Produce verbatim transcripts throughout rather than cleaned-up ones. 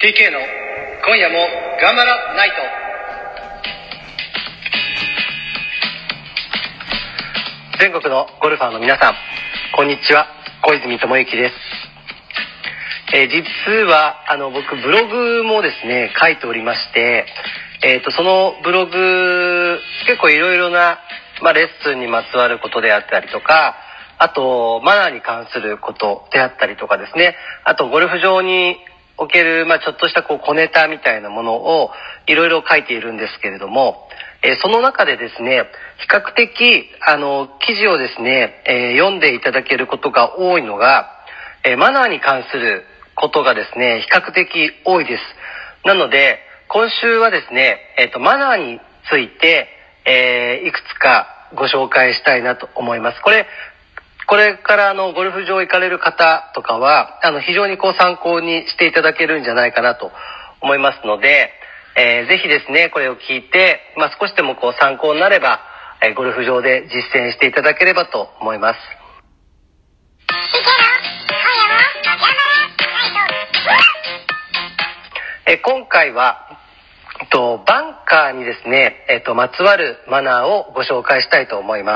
ティーケー の今夜も頑張らないと。全国のゴルファーの皆さん、こんにちは。小泉智之です。えー、実はあの僕ブログもですね書いておりまして、えー、とそのブログ結構いろいろな、まあ、レッスンにまつわることであったりとか、あとマナーに関することであったりとかですね、あとゴルフ場における、まあ、ちょっとしたこう小ネタみたいなものをいろいろ書いているんですけれども、えー、その中でですね、比較的あの記事をですね、えー、読んでいただけることが多いのが、えー、マナーに関することがですね、比較的多いです。なので今週はですね、えー、とマナーについて、えー、いくつかご紹介したいなと思います。これこれからあのゴルフ場行かれる方とかはあの非常にこう参考にしていただけるんじゃないかなと思いますので、えー、ぜひですねこれを聞いて、まあ、少しでもこう参考になれば、えー、ゴルフ場で実践していただければと思います。えー、今回はとバンカーにですね、えー、とまつわるマナーをご紹介したいと思います。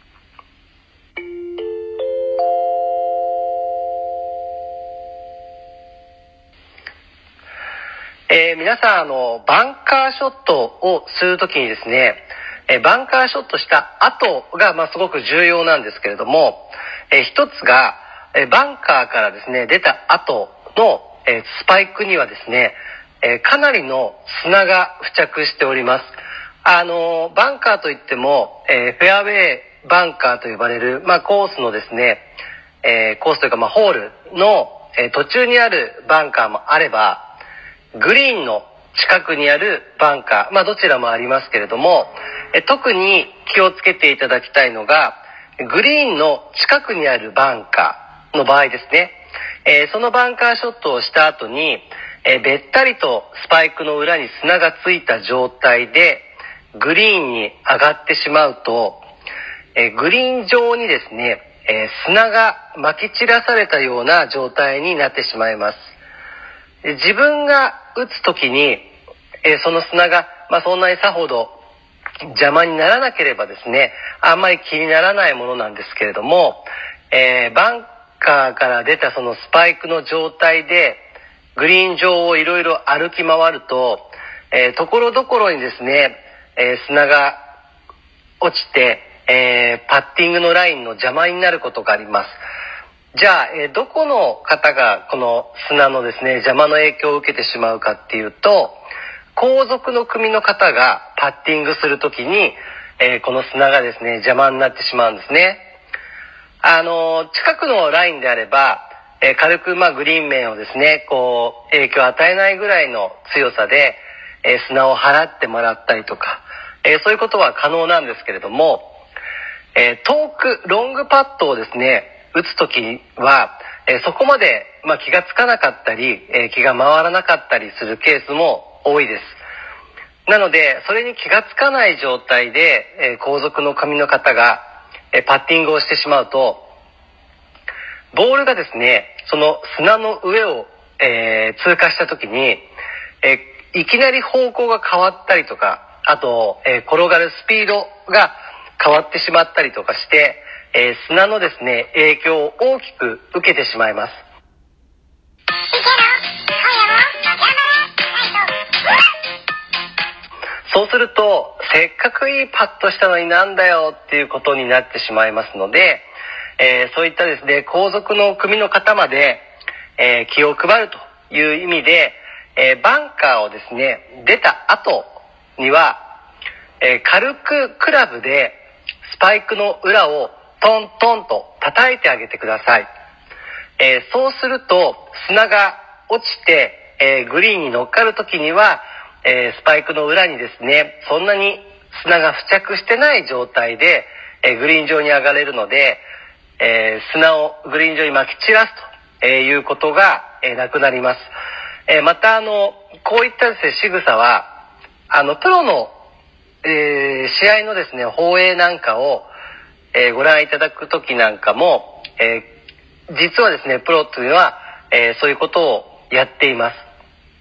えー、皆さんあのバンカーショットをするときにですね、えー、バンカーショットした後が、まあ、すごく重要なんですけれども、えー、一つが、えー、バンカーからですね出た後の、えー、スパイクにはですね、えー、かなりの砂が付着しております。あのバンカーといっても、えー、フェアウェイバンカーと呼ばれる、まあ、コースのですね、えー、コースというか、まあ、ホールの、えー、途中にあるバンカーもあれば、グリーンの近くにあるバンカー、まあどちらもありますけれども、え特に気をつけていただきたいのが、グリーンの近くにあるバンカーの場合ですね。えー、そのバンカーショットをした後に、えー、べったりとスパイクの裏に砂がついた状態でグリーンに上がってしまうと、えー、グリーン上にですね、えー、砂がまき散らされたような状態になってしまいます。自分が打つときに、えー、その砂が、まあ、そんなにさほど邪魔にならなければですね、あんまり気にならないものなんですけれども、えー、バンカーから出たそのスパイクの状態でグリーン上をいろいろ歩き回ると、えー、ところどころにですね、えー、砂が落ちて、えー、パッティングのラインの邪魔になることがあります。じゃあ、えー、どこの方がこの砂のですね邪魔の影響を受けてしまうかっていうと、後続の組の方がパッティングするときに、えー、この砂がですね邪魔になってしまうんですね。あのー、近くのラインであれば、えー、軽くまあグリーン面をですねこう影響を与えないぐらいの強さで、えー、砂を払ってもらったりとか、えー、そういうことは可能なんですけれども、えー、遠くロングパットをですね打つときは、えー、そこまで、まあ、気がつかなかったり、えー、気が回らなかったりするケースも多いです。なのでそれに気がつかない状態で、えー、後続の組の方が、えー、パッティングをしてしまうと、ボールがですねその砂の上を、えー、通過したときに、えー、いきなり方向が変わったりとか、あと、えー、転がるスピードが変わってしまったりとかして、えー、砂のですね影響を大きく受けてしまいます。そうするとせっかくいいパットしたのになんだよっていうことになってしまいますので、えー、そういったですね後続の組の方まで、えー、気を配るという意味で、えー、バンカーをですね出た後には、えー、軽くクラブでスパイクの裏をトントンと叩いてあげてください。えー、そうすると砂が落ちて、えー、グリーンに乗っかるときには、えー、スパイクの裏にですねそんなに砂が付着してない状態で、えー、グリーン上に上がれるので、えー、砂をグリーン上に撒き散らすということが、えー、なくなります。えー、またあのこういったですね仕草はあのプロの、えー、試合のですね放映なんかをえー、ご覧いただくときなんかも、えー、実はですねプロというのは、えー、そういうことをやっています。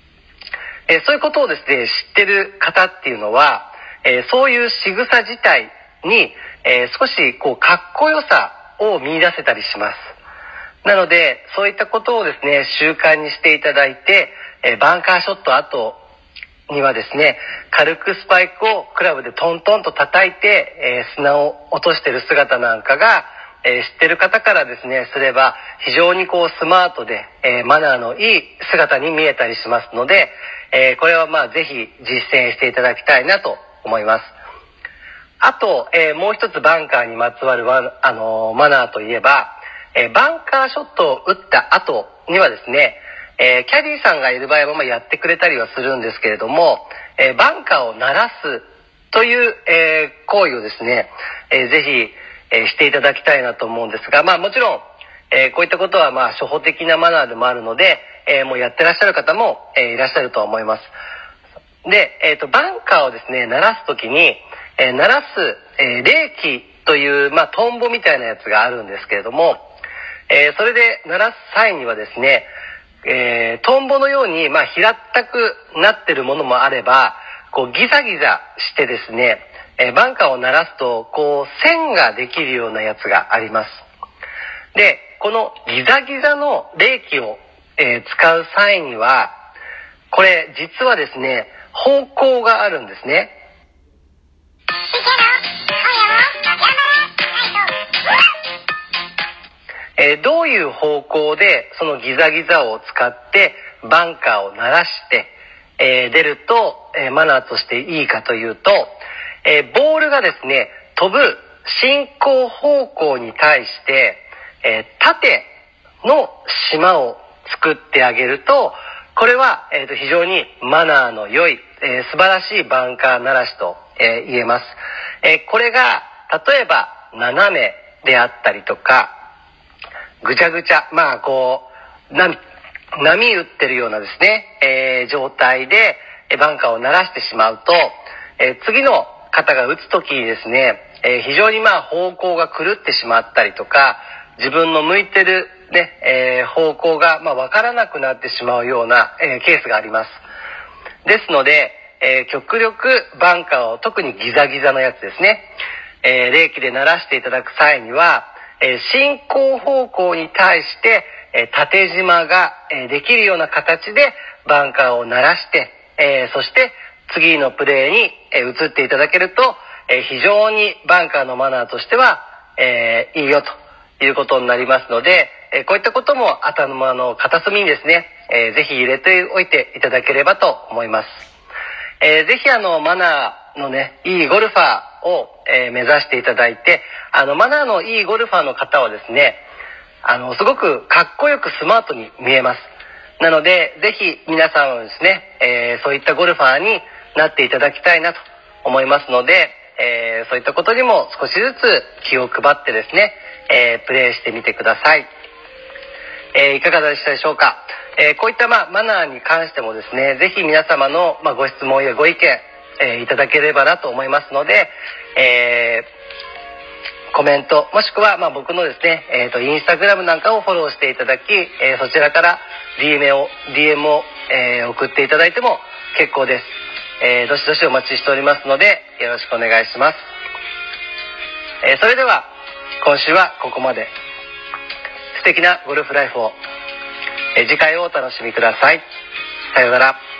えー、そういうことをですね、知ってる方っていうのは、えー、そういう仕草自体に、えー、少しこうかっこよさを見出せたりします。なので、そういったことをですね、習慣にしていただいて、えー、バンカーショット後にはですね、軽くスパイクをクラブでトントンと叩いて、えー、砂を落としている姿なんかが、えー、知ってる方からですね、すれば非常にこうスマートで、えー、マナーのいい姿に見えたりしますので、えー、これはまあぜひ実践していただきたいなと思います。あと、えー、もう一つバンカーにまつわるワあのー、マナーといえば、えー、バンカーショットを打った後にはですね、えー、キャディーさんがいる場合はまあやってくれたりはするんですけれども、えー、バンカーを鳴らすという、えー、行為をですね、えー、ぜひ、えー、していただきたいなと思うんですが、まあもちろん、えー、こういったことはまあ初歩的なマナーでもあるので、えー、もうやってらっしゃる方も、えー、いらっしゃるとは思います。で、えっと、バンカーをですね、鳴らすときに、えー、鳴らす、えー、冷気という、まあトンボみたいなやつがあるんですけれども、えー、それで鳴らす際にはですね、えー、トンボのように、まあ、平たくなってるものもあれば、こう、ギザギザしてですね、えー、バンカーを鳴らすと、こう、線ができるようなやつがあります。で、このギザギザの冷気を、えー、使う際には、これ、実はですね、方向があるんですね。えー、どういう方向でそのギザギザを使ってバンカーを鳴らして、えー、出ると、えー、マナーとしていいかというと、えー、ボールがですね、飛ぶ進行方向に対して、えー、縦の島を作ってあげると、これは、えー、と非常にマナーの良い、えー、素晴らしいバンカー鳴らしと、えー、言えます。えー、これが例えば斜めであったりとか、ぐちゃぐちゃ、まあこう、波、波打ってるようなですね、えー、状態でバンカーを鳴らしてしまうと、えー、次の方が打つときにですね、えー、非常にまあ方向が狂ってしまったりとか、自分の向いてるね、えー、方向がまあわからなくなってしまうような、えー、ケースがあります。ですので、えー、極力バンカーを、特にギザギザのやつですね、えー、冷気で鳴らしていただく際には、えー、進行方向に対して、えー、縦縞が、えー、できるような形でバンカーを鳴らして、えー、そして次のプレーに、えー、移っていただけると、えー、非常にバンカーのマナーとしては、えー、いいよということになりますので、えー、こういったことも頭の片隅にですね、えー、ぜひ入れておいていただければと思います。えー、ぜひあのマナーのね、いいゴルファーを、えー、目指していただいて、あのマナーのいいゴルファーの方はですね、あのすごくかっこよくスマートに見えます。なのでぜひ皆さんはですね、えー、そういったゴルファーになっていただきたいなと思いますので、えー、そういったことにも少しずつ気を配ってですね、えー、プレーしてみてください。えー、いかがでしたでしょうか。えー、こういった、まあ、マナーに関してもですね、ぜひ皆様の、まあ、ご質問やご意見、えー、いただければなと思いますので、えー、コメントもしくは、まあ、僕のですね、えーと、インスタグラムなんかをフォローしていただき、えー、そちらから ディーエム を ディーエム を、えー、送っていただいても結構です。えー、どしどしお待ちしておりますのでよろしくお願いします。えー、それでは今週はここまで。素敵なゴルフライフを、えー、次回をお楽しみください。さようなら。